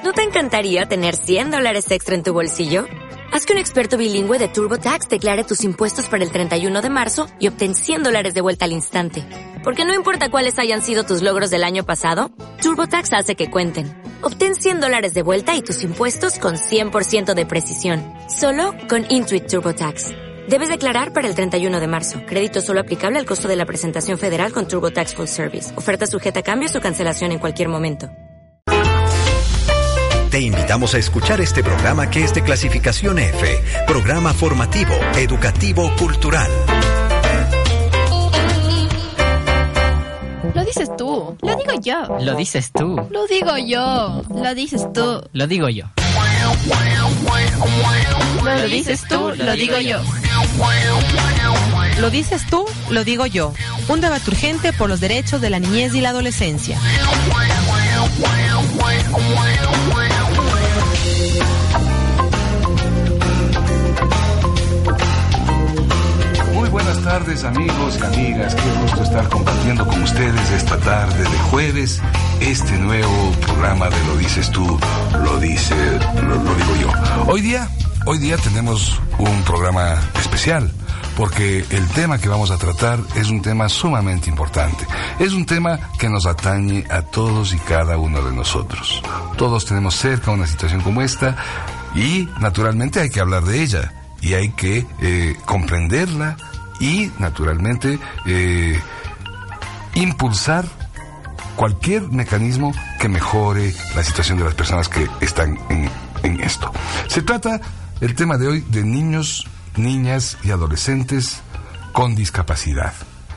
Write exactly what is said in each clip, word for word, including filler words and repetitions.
¿No te encantaría tener cien dólares extra en tu bolsillo? Haz que un experto bilingüe de TurboTax declare tus impuestos para el treinta y uno de marzo y obtén cien dólares de vuelta al instante. Porque no importa cuáles hayan sido tus logros del año pasado, TurboTax hace que cuenten. Obtén cien dólares de vuelta y tus impuestos con cien por ciento de precisión. Solo con Intuit TurboTax. Debes declarar para el treinta y uno de marzo. Crédito solo aplicable al costo de la presentación federal con TurboTax Full Service. Oferta sujeta a cambios o cancelación en cualquier momento. Te invitamos a escuchar este programa que es de clasificación F, programa formativo, educativo, cultural. Lo dices tú, lo digo yo. Lo dices tú. Lo digo yo, lo dices tú. Lo digo yo. Lo dices tú, lo digo yo. Lo dices tú, lo digo yo. Un debate urgente por los derechos de la niñez y la adolescencia. Muy buenas tardes, amigos y amigas. Qué gusto estar compartiendo con ustedes esta tarde de jueves este nuevo programa de Lo dices tú, lo dice, lo, lo digo yo. Hoy día, hoy día tenemos un programa especial, porque el tema que vamos a tratar es un tema sumamente importante. Es un tema que nos atañe a todos y cada uno de nosotros. Todos tenemos cerca una situación como esta y naturalmente hay que hablar de ella y hay que eh, comprenderla y naturalmente eh, impulsar cualquier mecanismo que mejore la situación de las personas que están en, en esto. Se trata el tema de hoy de niños, niñas y adolescentes con discapacidad.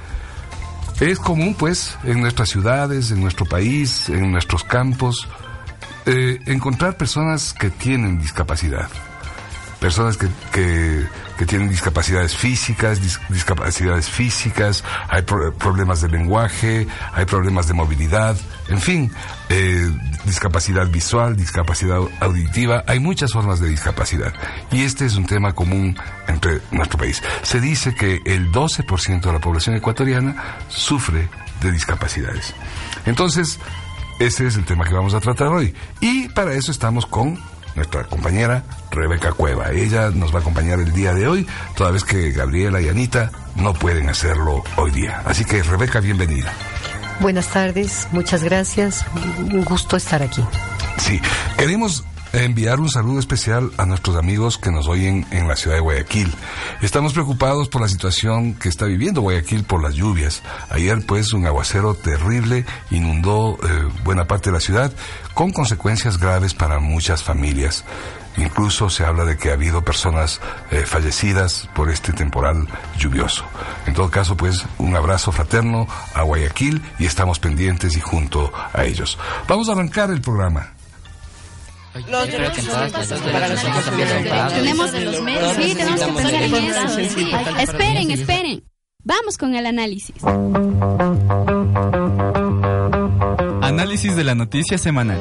Es común, pues, en nuestras ciudades, en nuestro país, en nuestros campos, eh, encontrar personas que tienen discapacidad. Personas que, que, que tienen discapacidades físicas, dis, discapacidades físicas, hay pro, problemas de lenguaje, hay problemas de movilidad, en fin, eh, discapacidad visual, discapacidad auditiva, hay muchas formas de discapacidad. Y este es un tema común entre nuestro país. Se dice que el doce por ciento de la población ecuatoriana sufre de discapacidades. Entonces, ese es el tema que vamos a tratar hoy. Y para eso estamos con nuestra compañera Rebeca Cueva. Ella nos va a acompañar el día de hoy, toda vez que Gabriela y Anita no pueden hacerlo hoy día. Así que, Rebeca, bienvenida. Buenas tardes, muchas gracias. Un gusto estar aquí. Sí, queremos enviar un saludo especial a nuestros amigos que nos oyen en la ciudad de Guayaquil. Estamos preocupados por la situación que está viviendo Guayaquil por las lluvias. Ayer, pues, un aguacero terrible inundó eh, buena parte de la ciudad, con consecuencias graves para muchas familias. Incluso se habla de que ha habido personas eh, fallecidas por este temporal lluvioso. En todo caso, pues, un abrazo fraterno a Guayaquil y estamos pendientes y junto a ellos. Vamos a arrancar el programa. Los derechos para nosotros tenemos de los medios. Sí, tenemos que pensar en eso. Sí. Esperen, esperen. Vamos con el análisis. Análisis de la noticia semanal.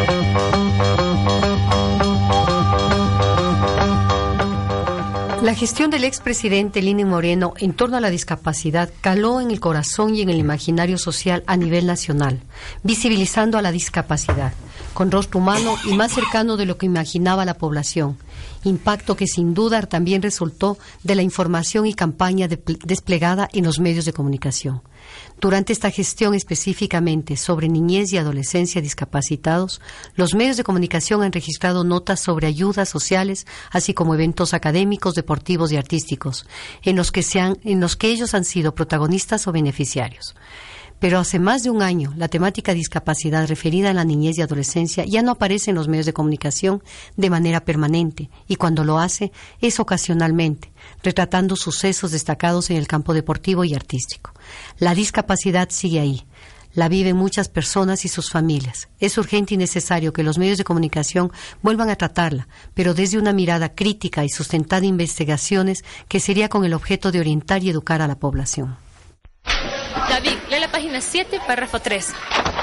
La gestión del expresidente Lenín Moreno en torno a la discapacidad caló en el corazón y en el imaginario social a nivel nacional, visibilizando a la discapacidad, con rostro humano y más cercano de lo que imaginaba la población, impacto que sin duda también resultó de la información y campaña de, desplegada en los medios de comunicación. Durante esta gestión específicamente sobre niñez y adolescencia discapacitados, los medios de comunicación han registrado notas sobre ayudas sociales, así como eventos académicos, deportivos y artísticos, en los que, se han, en los que ellos han sido protagonistas o beneficiarios. Pero hace más de un año, la temática discapacidad referida a la niñez y adolescencia ya no aparece en los medios de comunicación de manera permanente, y cuando lo hace, es ocasionalmente, retratando sucesos destacados en el campo deportivo y artístico. La discapacidad sigue ahí. La viven muchas personas y sus familias. Es urgente y necesario que los medios de comunicación vuelvan a tratarla, pero desde una mirada crítica y sustentada en investigaciones que sería con el objeto de orientar y educar a la población. David, lee la página siete, párrafo tres.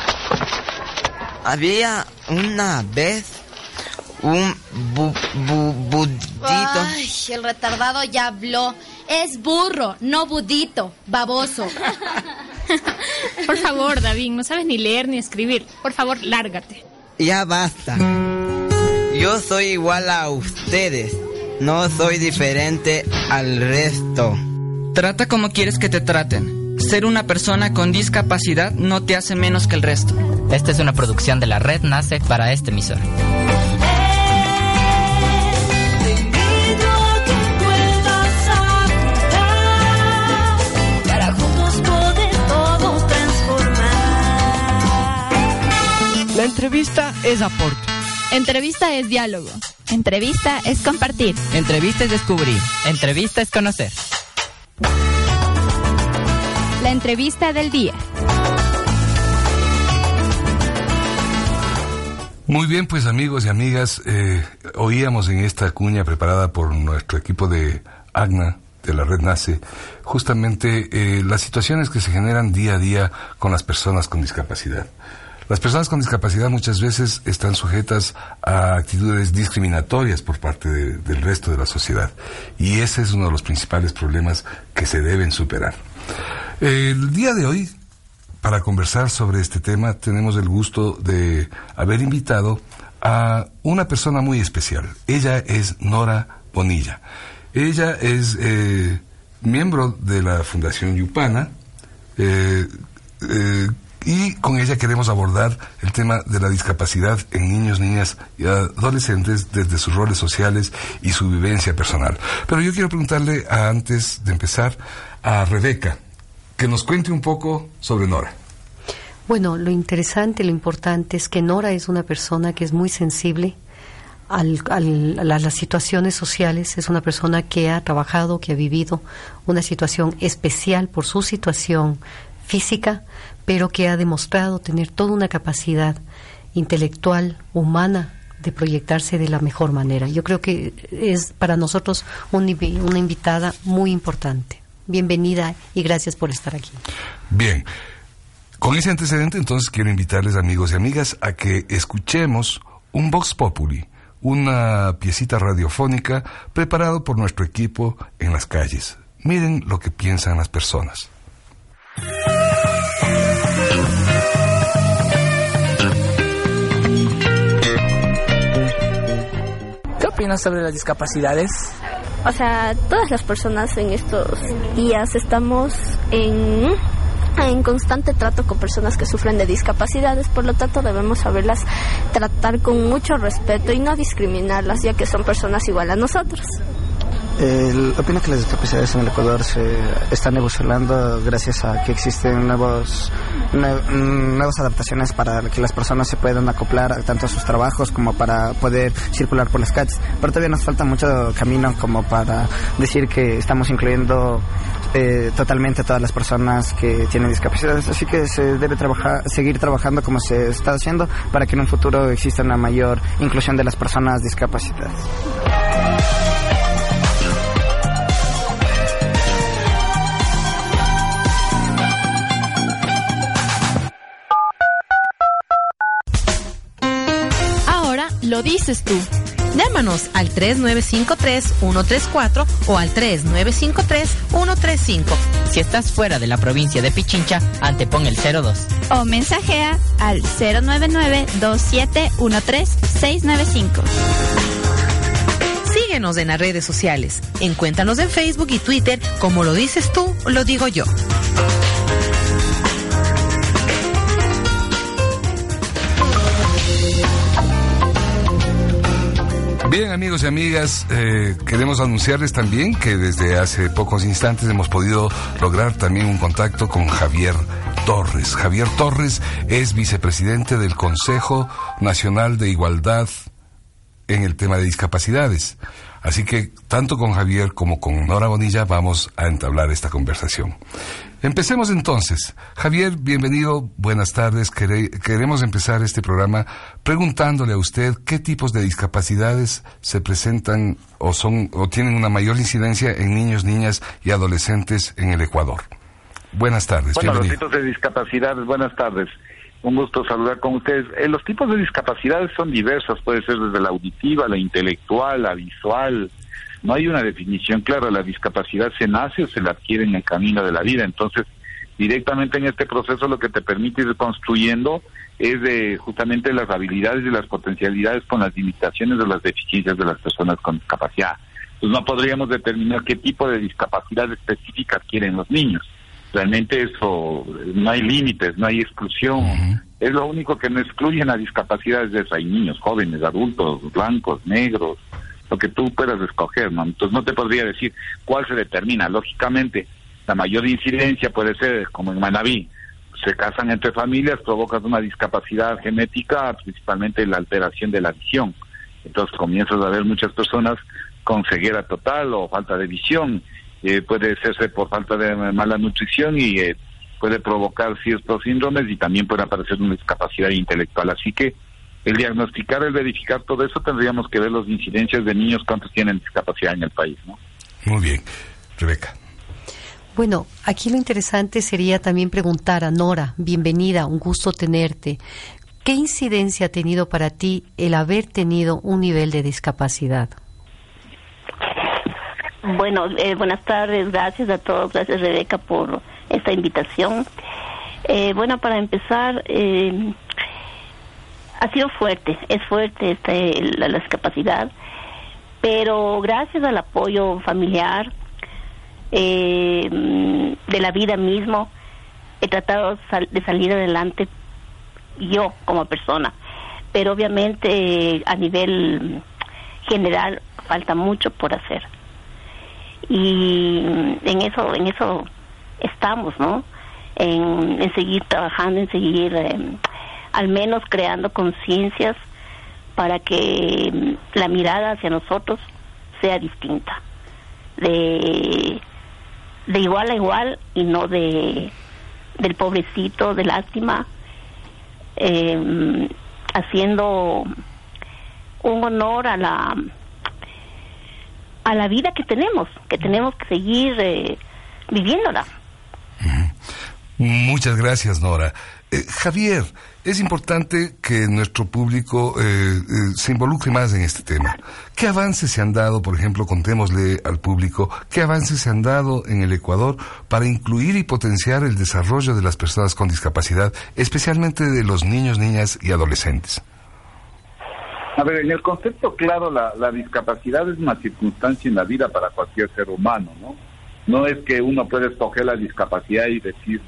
Había una vez un bu, bu, budito. Ay, el retardado ya habló. Es burro, no budito, baboso. Por favor, David, no sabes ni leer ni escribir. Por favor, lárgate. ya basta. Yo soy igual a ustedes. No soy diferente al resto. Trata como quieres que te traten. Ser una persona con discapacidad no te hace menos que el resto. Esta es una producción de la Red Nace para este emisor. La entrevista es aporte. Entrevista es diálogo. Entrevista es compartir. Entrevista es descubrir. Entrevista es conocer. La entrevista del día. Muy bien, pues amigos y amigas, eh, oíamos en esta cuña preparada por nuestro equipo de ACNA, de la Red Nace, justamente eh, las situaciones que se generan día a día con las personas con discapacidad. Las personas con discapacidad muchas veces están sujetas a actitudes discriminatorias por parte de, del resto de la sociedad, y ese es uno de los principales problemas que se deben superar. El día de hoy, para conversar sobre este tema, tenemos el gusto de haber invitado a una persona muy especial. Ella es Nora Bonilla. Ella es eh, miembro de la Fundación Yupana, eh, eh, y con ella queremos abordar el tema de la discapacidad en niños, niñas y adolescentes desde sus roles sociales y su vivencia personal. Pero yo quiero preguntarle, a, antes de empezar, a Rebeca, que nos cuente un poco sobre Nora. Bueno, lo interesante, lo importante es que Nora es una persona que es muy sensible al, al, a las situaciones sociales. Es una persona que ha trabajado, que ha vivido una situación especial por su situación física, pero que ha demostrado tener toda una capacidad intelectual, humana, de proyectarse de la mejor manera. Yo creo que es para nosotros un, una invitada muy importante. Bienvenida y gracias por estar aquí. Bien, con ese antecedente entonces quiero invitarles, amigos y amigas, a que escuchemos un Vox Populi, una piecita radiofónica preparado por nuestro equipo en las calles. Miren lo que piensan las personas. ¿Qué opinas sobre las discapacidades? O sea, todas las personas en estos días estamos en, en constante trato con personas que sufren de discapacidades, por lo tanto debemos saberlas tratar con mucho respeto y no discriminarlas, ya que son personas igual a nosotros. Eh, opino que las discapacidades en el Ecuador se están evolucionando gracias a que existen nuevos nue- nuevas adaptaciones para que las personas se puedan acoplar tanto a sus trabajos como para poder circular por las calles, pero todavía nos falta mucho camino como para decir que estamos incluyendo eh, totalmente a todas las personas que tienen discapacidades, así que se debe trabajar, seguir trabajando como se está haciendo para que en un futuro exista una mayor inclusión de las personas discapacitadas. Lo dices tú. Llámanos al tres nueve cinco tres, uno tres cuatro o al tres nueve cinco tres, uno tres cinco. Si estás fuera de la provincia de Pichincha, antepon el cero dos. O mensajea al cero nueve nueve, dos siete uno tres, seis nueve cinco. Síguenos en las redes sociales. Encuéntranos en Facebook y Twitter como Lo dices tú, lo digo yo. Bien, amigos y amigas, eh, queremos anunciarles también que desde hace pocos instantes hemos podido lograr también un contacto con Javier Torres. Javier Torres es vicepresidente del Consejo Nacional de Igualdad en el tema de discapacidades. Así que tanto con Javier como con Nora Bonilla vamos a entablar esta conversación. Empecemos entonces. Javier, bienvenido, buenas tardes. Quere- queremos empezar este programa preguntándole a usted qué tipos de discapacidades se presentan o son o tienen una mayor incidencia en niños, niñas y adolescentes en el Ecuador. Buenas tardes. Bueno, bienvenido. los tipos de discapacidades, buenas tardes. Un gusto saludar con ustedes. Eh, los tipos de discapacidades son diversas, puede ser desde la auditiva, la intelectual, la visual. No hay una definición clara. La discapacidad se nace o se la adquiere en el camino de la vida. Entonces, directamente en este proceso lo que te permite ir construyendo es de justamente las habilidades y las potencialidades con las limitaciones o las deficiencias de las personas con discapacidad. Pues no podríamos determinar qué tipo de discapacidad específica quieren los niños. Realmente eso, no hay límites, no hay exclusión. Uh-huh. Es lo único que no excluyen a discapacidades de eso. Hay niños, jóvenes, adultos, blancos, negros, lo que tú puedas escoger, ¿no? Entonces no te podría decir cuál se determina. Lógicamente, la mayor incidencia puede ser, como en Manabí, se casan entre familias, provocan una discapacidad genética, principalmente la alteración de la visión. Entonces comienzas a ver muchas personas con ceguera total o falta de visión. Eh, puede hacerse por falta de mala nutrición y eh, puede provocar ciertos síndromes y también puede aparecer una discapacidad intelectual. Así que el diagnosticar, el verificar todo eso, tendríamos que ver las incidencias de niños, cuántos tienen discapacidad en el país, ¿no? Muy bien. Rebeca. Bueno, aquí lo interesante sería también preguntar a Nora, bienvenida, un gusto tenerte. ¿Qué incidencia ha tenido para ti el haber tenido un nivel de discapacidad? Bueno, eh, buenas tardes, gracias a todos, gracias Rebeca por esta invitación. Eh, bueno, para empezar, eh, ha sido fuerte, es fuerte este, la, la discapacidad, pero gracias al apoyo familiar, eh, de la vida mismo, he tratado sal, de salir adelante yo como persona, pero obviamente eh, a nivel general falta mucho por hacer. Y en eso en eso estamos, ¿no? En, en seguir trabajando, en seguir eh, al menos creando conciencias para que eh, la mirada hacia nosotros sea distinta, de de igual a igual y no de del pobrecito, de lástima, eh, haciendo un honor a la a la vida que tenemos, que tenemos que seguir eh, viviéndola. Muchas gracias, Nora. Eh, Javier, es importante que nuestro público eh, eh, se involucre más en este tema. ¿Qué avances se han dado, por ejemplo, contémosle al público, qué avances se han dado en el Ecuador para incluir y potenciar el desarrollo de las personas con discapacidad, especialmente de los niños, niñas y adolescentes? A ver, en el concepto claro, la, la discapacidad es una circunstancia en la vida para cualquier ser humano, ¿no? No es que uno puede escoger la discapacidad y decir,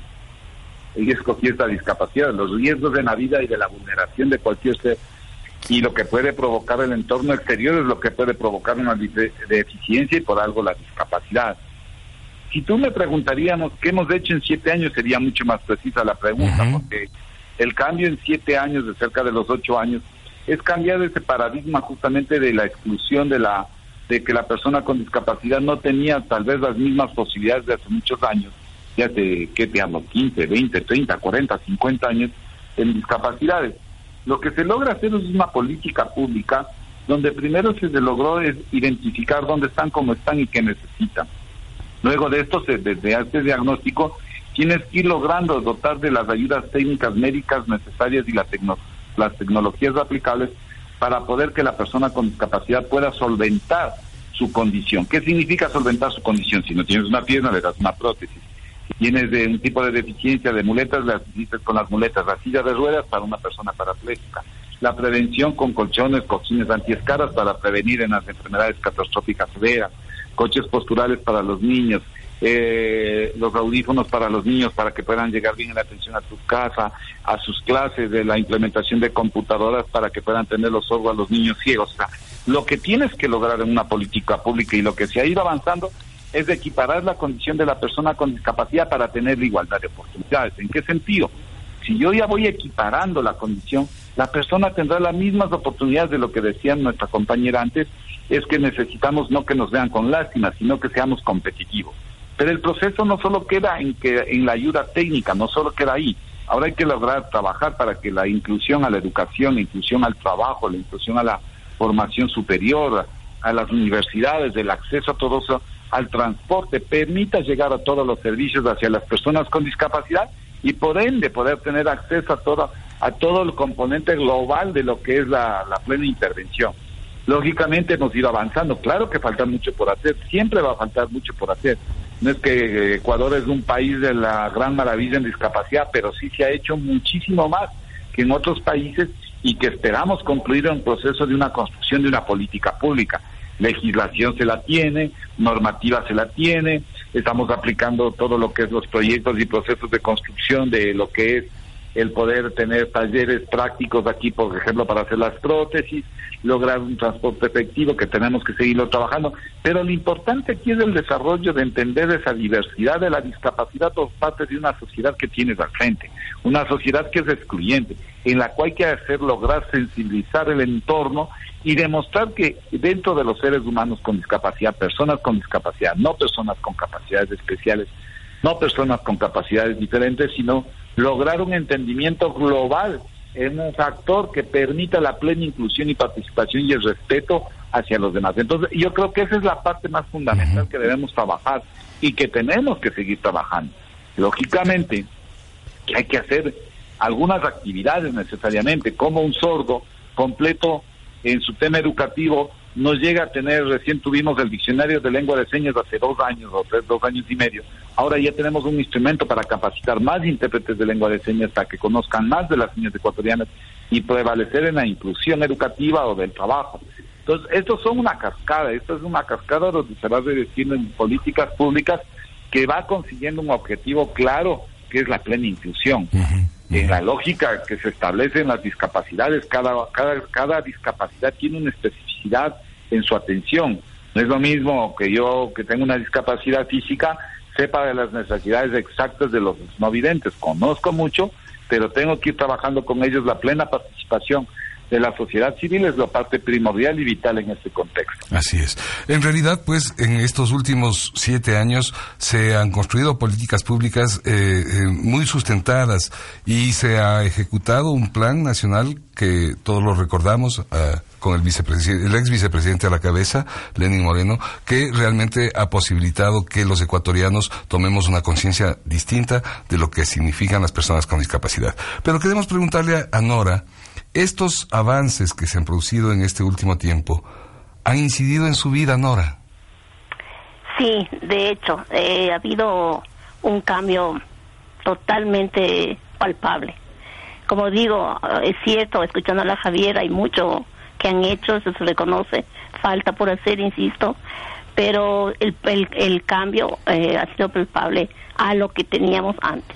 y escogí esta discapacidad. Los riesgos de la vida y de la vulneración de cualquier ser y lo que puede provocar el entorno exterior es lo que puede provocar una deficiencia y por algo la discapacidad. Si tú me preguntaríamos qué hemos hecho en siete años, sería mucho más precisa la pregunta, uh-huh. porque el cambio en siete años, de cerca de los ocho años, es cambiar ese paradigma justamente de la exclusión de la de que la persona con discapacidad no tenía tal vez las mismas posibilidades de hace muchos años, ya hace, ¿qué te hablo? quince, veinte, treinta, cuarenta, cincuenta años en discapacidades. Lo que se logra hacer es una política pública donde primero se logró es identificar dónde están, cómo están y qué necesitan. Luego de esto, se, desde este diagnóstico, tienes que ir logrando dotar de las ayudas técnicas médicas necesarias y la tecno, las tecnologías aplicables para poder que la persona con discapacidad pueda solventar su condición. ¿Qué significa solventar su condición? Si no tienes una pierna, le das una prótesis. Si tienes de un tipo de deficiencia de muletas, le asistes con las muletas. La silla de ruedas para una persona parapléjica. La prevención con colchones, cojines antiescaras para prevenir en las enfermedades catastróficas severas. Coches posturales para los niños. Eh, los audífonos para los niños para que puedan llegar bien en la atención a tu casa, a sus clases, de la implementación de computadoras para que puedan tener los sordos a los niños ciegos. O sea, lo que tienes que lograr en una política pública y lo que se ha ido avanzando es de equiparar la condición de la persona con discapacidad para tener la igualdad de oportunidades. ¿En qué sentido? Si yo ya voy equiparando la condición, la persona tendrá las mismas oportunidades. De lo que decía nuestra compañera antes, es que necesitamos no que nos vean con lástima, sino que seamos competitivos. Pero el proceso no solo queda en que en la ayuda técnica, no solo queda ahí. Ahora hay que lograr trabajar para que la inclusión a la educación, la inclusión al trabajo, la inclusión a la formación superior, a las universidades, el acceso a todo eso, al transporte, permita llegar a todos los servicios hacia las personas con discapacidad y por ende poder tener acceso a todo, a todo el componente global de lo que es la, la plena intervención. Lógicamente hemos ido avanzando, claro que falta mucho por hacer, siempre va a faltar mucho por hacer. No es que Ecuador es un país de la gran maravilla en discapacidad, pero sí se ha hecho muchísimo más que que en otros países y que esperamos concluir en un proceso de una construcción de una política pública. Legislación se la tiene, normativa se la tiene, estamos aplicando todo lo que es los proyectos y procesos de construcción de lo que es el poder tener talleres prácticos aquí, por ejemplo, para hacer las prótesis, lograr un transporte efectivo que tenemos que seguirlo trabajando, pero lo importante aquí es el desarrollo de entender esa diversidad de la discapacidad por parte de una sociedad que tienes al frente, una sociedad que es excluyente, en la cual hay que hacer lograr sensibilizar el entorno y demostrar que dentro de los seres humanos con discapacidad, personas con discapacidad, no personas con capacidades especiales, no personas con capacidades diferentes, sino lograr un entendimiento global en un factor que permita la plena inclusión y participación y el respeto hacia los demás. Entonces, yo creo que esa es la parte más fundamental que debemos trabajar y que tenemos que seguir trabajando. Lógicamente, hay que hacer algunas actividades necesariamente, como un sordo completo en su tema educativo no llega a tener. Recién tuvimos el diccionario de lengua de señas hace dos años o tres, dos años y medio. Ahora ya tenemos un instrumento para capacitar más intérpretes de lengua de señas para que conozcan más de las señas ecuatorianas y prevalecer en la inclusión educativa o del trabajo. Entonces, estos son una cascada, esto es una cascada donde se va revestiendo en políticas públicas que va consiguiendo un objetivo claro, que es la plena inclusión. Uh-huh. En la lógica que se establece en las discapacidades, cada, cada, cada discapacidad tiene una especificidad en su atención. No es lo mismo que yo, que tengo una discapacidad física, sepa de las necesidades exactas de los no videntes. Conozco mucho, pero tengo que ir trabajando con ellos. La plena participación de la sociedad civil es la parte primordial y vital en este contexto. Así es. En realidad, pues, en estos últimos siete años se han construido políticas públicas eh, eh, muy sustentadas y se ha ejecutado un plan nacional que todos lo recordamos, uh, con el vicepresidente, el ex vicepresidente a la cabeza, Lenín Moreno, que realmente ha posibilitado que los ecuatorianos tomemos una conciencia distinta de lo que significan las personas con discapacidad. Pero queremos preguntarle a Nora, ¿estos avances que se han producido en este último tiempo han incidido en su vida, Nora? Sí, de hecho, eh, ha habido un cambio totalmente palpable. Como digo, es cierto, escuchando a la Javier, hay mucho que han hecho, eso se reconoce, falta por hacer, insisto, pero el, el, el cambio eh, ha sido palpable a lo que teníamos antes.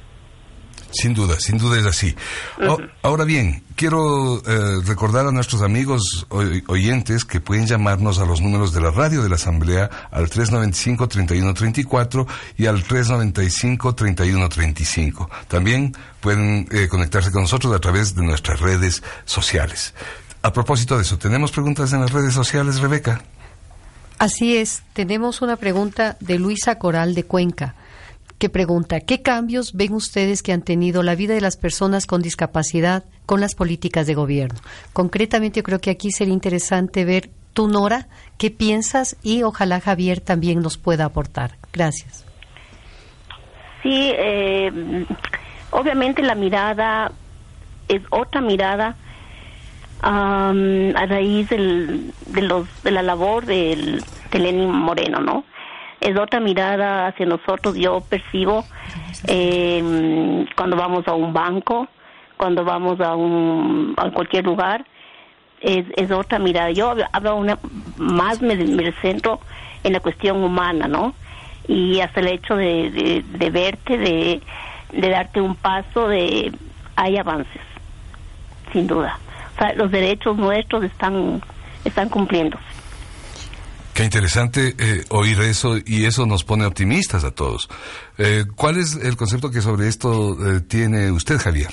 Sin duda, sin duda es así. Uh-huh. Ahora bien, quiero eh, recordar a nuestros amigos oy- oyentes que pueden llamarnos a los números de la radio de la Asamblea al tres noventa y cinco, treinta y uno treinta y cuatro y al tres noventa y cinco, treinta y uno treinta y cinco. También pueden eh, conectarse con nosotros a través de nuestras redes sociales. A propósito de eso, ¿tenemos preguntas en las redes sociales, Rebeca? Así es, tenemos una pregunta de Luisa Coral de Cuenca, que pregunta, ¿qué cambios ven ustedes que han tenido la vida de las personas con discapacidad con las políticas de gobierno? Concretamente, yo creo que aquí sería interesante ver tú, Nora, qué piensas, y ojalá Javier también nos pueda aportar. Gracias. Sí, eh, obviamente la mirada es otra mirada um, a raíz del, de, los, de la labor del, de Lenín Moreno, ¿no? Es otra mirada hacia nosotros. Yo percibo eh, cuando vamos a un banco, cuando vamos a un a cualquier lugar, es, es otra mirada. Yo hablo una más me, me centro en la cuestión humana, ¿no? Y hasta el hecho de, de, de verte, de, de darte un paso, de hay avances, sin duda. O sea, los derechos nuestros están están cumpliéndose. Qué interesante eh, oír eso, y eso nos pone optimistas a todos. Eh, ¿Cuál es el concepto que sobre esto eh, tiene usted, Javier?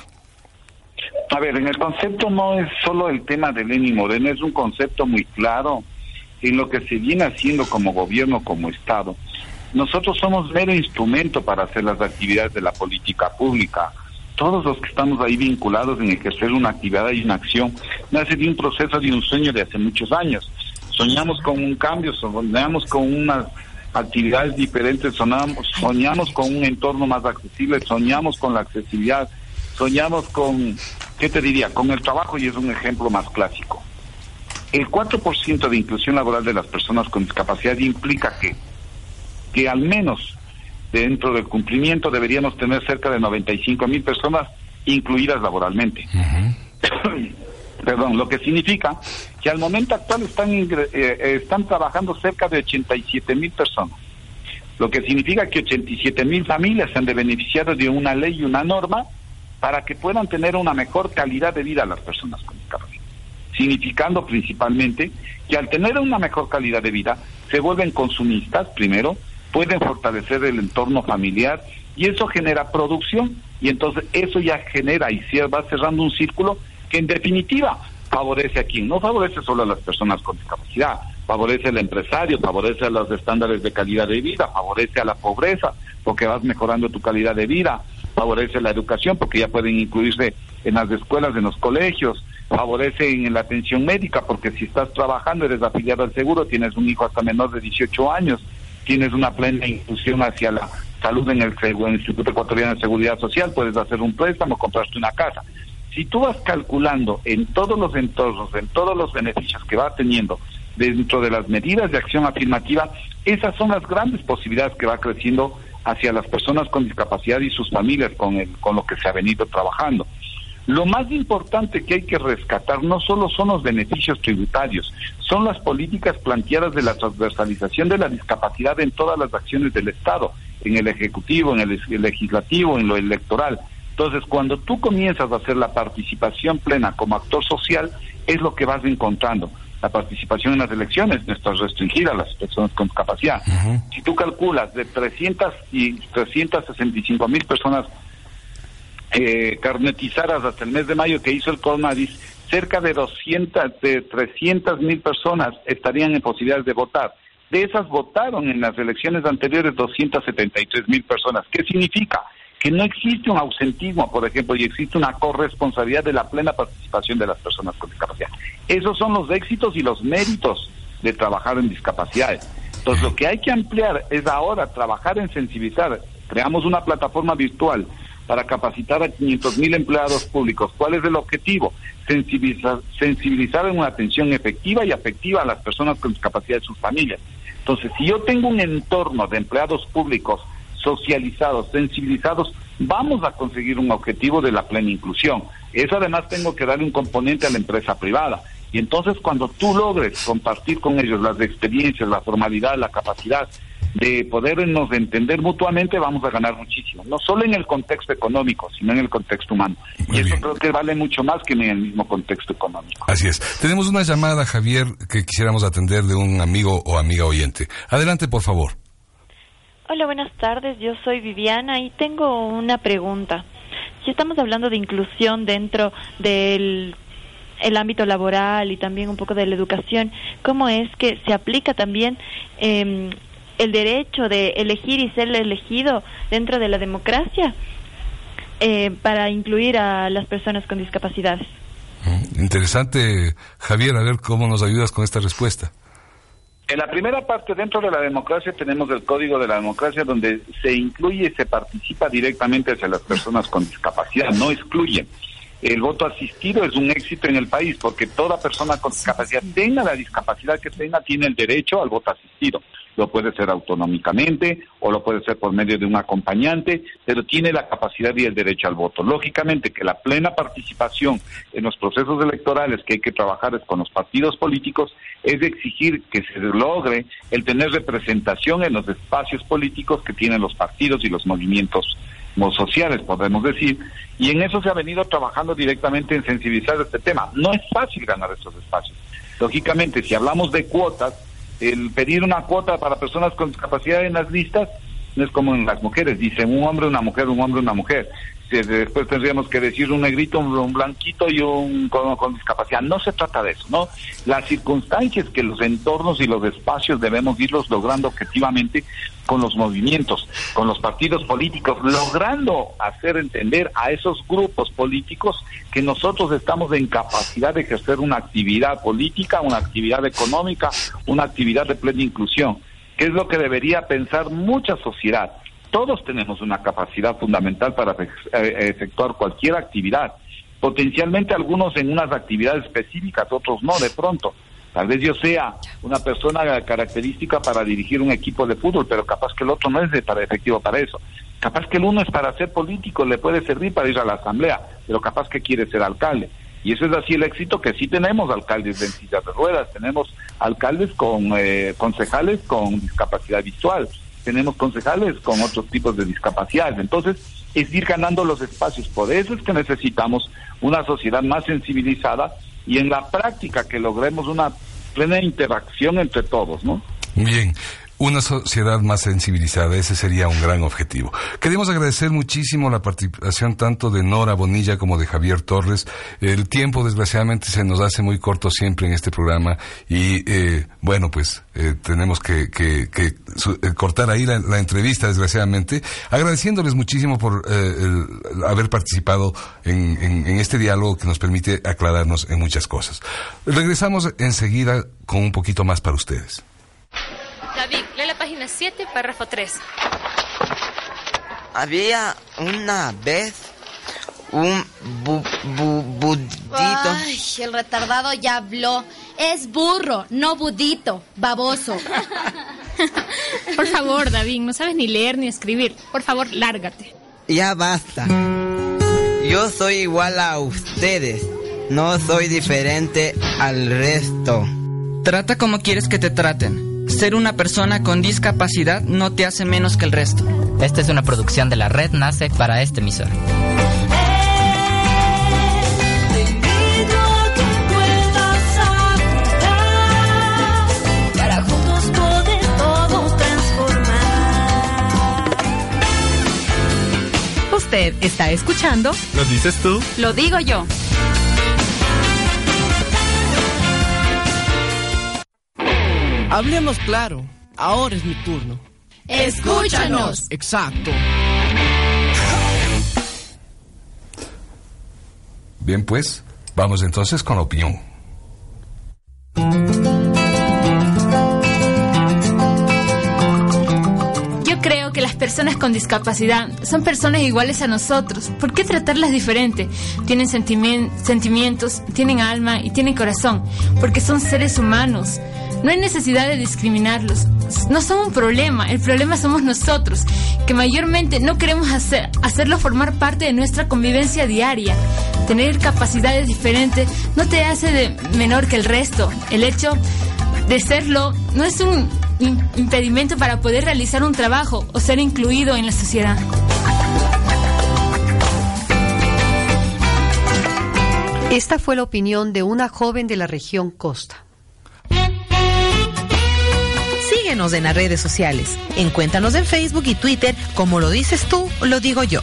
A ver, en el concepto no es solo el tema de Lenín Moreno, es un concepto muy claro en lo que se viene haciendo como gobierno, como Estado. Nosotros somos mero instrumento para hacer las actividades de la política pública. Todos los que estamos ahí vinculados en ejercer una actividad y una acción nace de un proceso, de un sueño de hace muchos años. Soñamos con un cambio, soñamos con unas actividades diferentes, soñamos, soñamos con un entorno más accesible, soñamos con la accesibilidad, soñamos con, ¿qué te diría?, con el trabajo, y es un ejemplo más clásico. El cuatro por ciento de inclusión laboral de las personas con discapacidad implica que, que al menos dentro del cumplimiento deberíamos tener cerca de noventa y cinco mil personas incluidas laboralmente. Uh-huh. Perdón, lo que significa que al momento actual están, ingre- eh, están trabajando cerca de ochenta y siete mil personas, lo que significa que ochenta y siete mil familias se han de beneficiar de una ley y una norma para que puedan tener una mejor calidad de vida a las personas con discapacidad, significando principalmente que al tener una mejor calidad de vida se vuelven consumistas primero, pueden fortalecer el entorno familiar y eso genera producción y entonces eso ya genera y se va cerrando un círculo que en definitiva favorece a quien, no favorece solo a las personas con discapacidad, favorece al empresario, favorece a los estándares de calidad de vida, favorece a la pobreza porque vas mejorando tu calidad de vida, favorece la educación porque ya pueden incluirse en las escuelas, en los colegios, favorece en la atención médica porque si estás trabajando, eres afiliado al seguro, tienes un hijo hasta menor de dieciocho años, tienes una plena inclusión hacia la salud en el, en el Instituto Ecuatoriano de Seguridad Social, puedes hacer un préstamo, comprarte una casa. Si tú vas calculando en todos los entornos, en todos los beneficios que va teniendo dentro de las medidas de acción afirmativa, esas son las grandes posibilidades que va creciendo hacia las personas con discapacidad y sus familias con, el, con lo que se ha venido trabajando. Lo más importante que hay que rescatar no solo son los beneficios tributarios, son las políticas planteadas de la transversalización de la discapacidad en todas las acciones del Estado, en el Ejecutivo, en el Legislativo, en lo electoral. Entonces, cuando tú comienzas a hacer la participación plena como actor social, es lo que vas encontrando. La participación en las elecciones no está restringida a las personas con discapacidad. Uh-huh. Si tú calculas de trescientas y trescientas sesenta y cinco mil personas eh, carnetizadas hasta el mes de mayo que hizo el CONADIS, cerca de doscientas, de trescientas mil personas estarían en posibilidades de votar. De esas votaron en las elecciones anteriores doscientas setenta y tres mil personas. ¿Qué significa? Que no existe un ausentismo, por ejemplo, y existe una corresponsabilidad de la plena participación de las personas con discapacidad. Esos son los éxitos y los méritos de trabajar en discapacidades. Entonces, lo que hay que ampliar es ahora trabajar en sensibilizar. Creamos una plataforma virtual para capacitar a quinientos mil empleados públicos. ¿Cuál es el objetivo? Sensibilizar, sensibilizar en una atención efectiva y afectiva a las personas con discapacidad y sus familias. Entonces, si yo tengo un entorno de empleados públicos socializados, sensibilizados, vamos a conseguir un objetivo de la plena inclusión. Eso además tengo que darle un componente a la empresa privada. Y entonces cuando tú logres compartir con ellos las experiencias, la formalidad, la capacidad de podernos entender mutuamente, vamos a ganar muchísimo. No solo en el contexto económico, sino en el contexto humano. Muy y eso bien. Creo que vale mucho más que en el mismo contexto económico. Así es. Tenemos una llamada, Javier, que quisiéramos atender de un amigo o amiga oyente. Adelante, por favor. Hola, buenas tardes. Yo soy Viviana y tengo una pregunta. Si estamos hablando de inclusión dentro del el ámbito laboral y también un poco de la educación, ¿cómo es que se aplica también eh, el derecho de elegir y ser elegido dentro de la democracia eh, para incluir a las personas con discapacidades? Interesante, Javier, a ver cómo nos ayudas con esta respuesta. En la primera parte, dentro de la democracia, tenemos el Código de la Democracia, donde se incluye y se participa directamente hacia las personas con discapacidad, no excluye. El voto asistido es un éxito en el país, porque toda persona con discapacidad, tenga la discapacidad que tenga, tiene el derecho al voto asistido. Lo puede ser autonómicamente o lo puede ser por medio de un acompañante, pero tiene la capacidad y el derecho al voto. Lógicamente que la plena participación en los procesos electorales que hay que trabajar es con los partidos políticos, es de exigir que se logre el tener representación en los espacios políticos que tienen los partidos y los movimientos sociales, podemos decir, y en eso se ha venido trabajando directamente en sensibilizar este tema. No es fácil ganar estos espacios. Lógicamente, si hablamos de cuotas, el pedir una cuota para personas con discapacidad en las listas no es como en las mujeres, dicen un hombre, una mujer, un hombre, una mujer. Después tendríamos que decir un negrito, un blanquito y un con, con discapacidad. No se trata de eso, ¿no? Las circunstancias que los entornos y los espacios debemos irlos logrando objetivamente con los movimientos, con los partidos políticos, logrando hacer entender a esos grupos políticos que nosotros estamos en capacidad de ejercer una actividad política, una actividad económica, una actividad de plena inclusión, que es lo que debería pensar mucha sociedad. Todos tenemos una capacidad fundamental para efectuar cualquier actividad. Potencialmente algunos en unas actividades específicas, otros no, de pronto. Tal vez yo sea una persona característica para dirigir un equipo de fútbol, pero capaz que el otro no es de, para efectivo para eso. Capaz que el uno es para ser político, le puede servir para ir a la asamblea, pero capaz que quiere ser alcalde. Y eso es así el éxito, que sí tenemos alcaldes en silla de ruedas, tenemos alcaldes con eh, concejales con discapacidad visual, tenemos concejales con otros tipos de discapacidades. Entonces, es ir ganando los espacios. Por eso es que necesitamos una sociedad más sensibilizada y en la práctica que logremos una plena interacción entre todos, ¿no? Bien. Una sociedad más sensibilizada, ese sería un gran objetivo. Queremos agradecer muchísimo la participación tanto de Nora Bonilla como de Javier Torres. El tiempo, desgraciadamente, se nos hace muy corto siempre en este programa y, eh, bueno, pues eh, tenemos que, que, que su, eh, cortar ahí la, la entrevista, desgraciadamente, agradeciéndoles muchísimo por eh, el, haber participado en, en, en este diálogo que nos permite aclararnos en muchas cosas. Regresamos enseguida con un poquito más para ustedes. David, lee la página siete, párrafo tres. Había una vez un bu, bu, budito. Ay, el retardado ya habló. Es burro, no budito, baboso. Por favor, David, no sabes ni leer ni escribir. Por favor, lárgate. Ya basta. Yo soy igual a ustedes. No soy diferente al resto. Trata como quieres que te traten. Ser una persona con discapacidad no te hace menos que el resto. Esta es una producción de la Red Nace para este emisor. Para juntos poder todo transformar. Usted está escuchando. ¿Lo dices tú? Lo digo yo. Hablemos claro, ahora es mi turno. ¡Escúchanos! Exacto. Bien, pues, vamos entonces con la opinión. Yo creo que las personas con discapacidad son personas iguales a nosotros. ¿Por qué tratarlas diferente? Tienen sentimi- sentimientos, tienen alma y tienen corazón, porque son seres humanos. No hay necesidad de discriminarlos. No son un problema, el problema somos nosotros, que mayormente no queremos hacer, hacerlo formar parte de nuestra convivencia diaria. Tener capacidades diferentes no te hace de menor que el resto. El hecho de serlo no es un impedimento para poder realizar un trabajo o ser incluido en la sociedad. Esta fue la opinión de una joven de la región Costa. Síguenos en las redes sociales. Encuéntranos en Facebook y Twitter como Lo Dices Tú, Lo Digo Yo.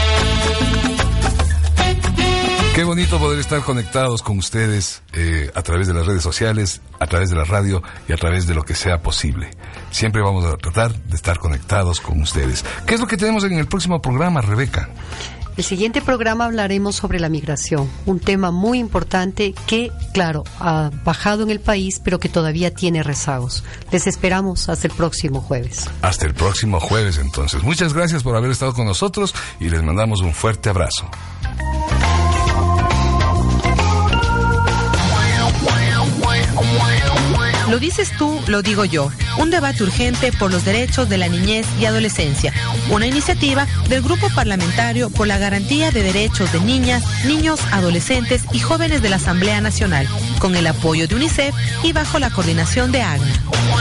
Qué bonito poder estar conectados con ustedes eh, a través de las redes sociales, a través de la radio y a través de lo que sea posible. Siempre vamos a tratar de estar conectados con ustedes. ¿Qué es lo que tenemos en el próximo programa, Rebeca? El siguiente programa hablaremos sobre la migración, un tema muy importante que, claro, ha bajado en el país, pero que todavía tiene rezagos. Les esperamos hasta el próximo jueves. Hasta el próximo jueves, entonces. Muchas gracias por haber estado con nosotros y les mandamos un fuerte abrazo. Lo dices tú, lo digo yo. Un debate urgente por los derechos de la niñez y adolescencia. Una iniciativa del Grupo Parlamentario por la Garantía de Derechos de Niñas, Niños, Adolescentes y Jóvenes de la Asamblea Nacional, con el apoyo de UNICEF y bajo la coordinación de AGNA.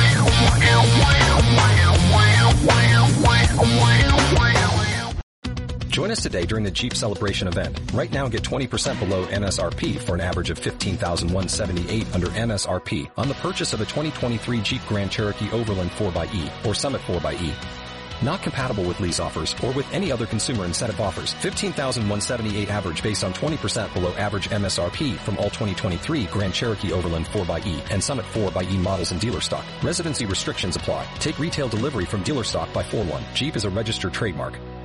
Join us today during the Jeep Celebration event. Right now, get twenty percent below M S R P for an average of fifteen thousand one hundred seventy-eight dollars under M S R P on the purchase of a twenty twenty-three Jeep Grand Cherokee Overland four by E or Summit four by E. Not compatible with lease offers or with any other consumer incentive offers. fifteen thousand one hundred seventy-eight dollars average based on twenty percent below average M S R P from all twenty twenty-three Grand Cherokee Overland four by E and Summit four by E models in dealer stock. Residency restrictions apply. Take retail delivery from dealer stock by four one. Jeep is a registered trademark.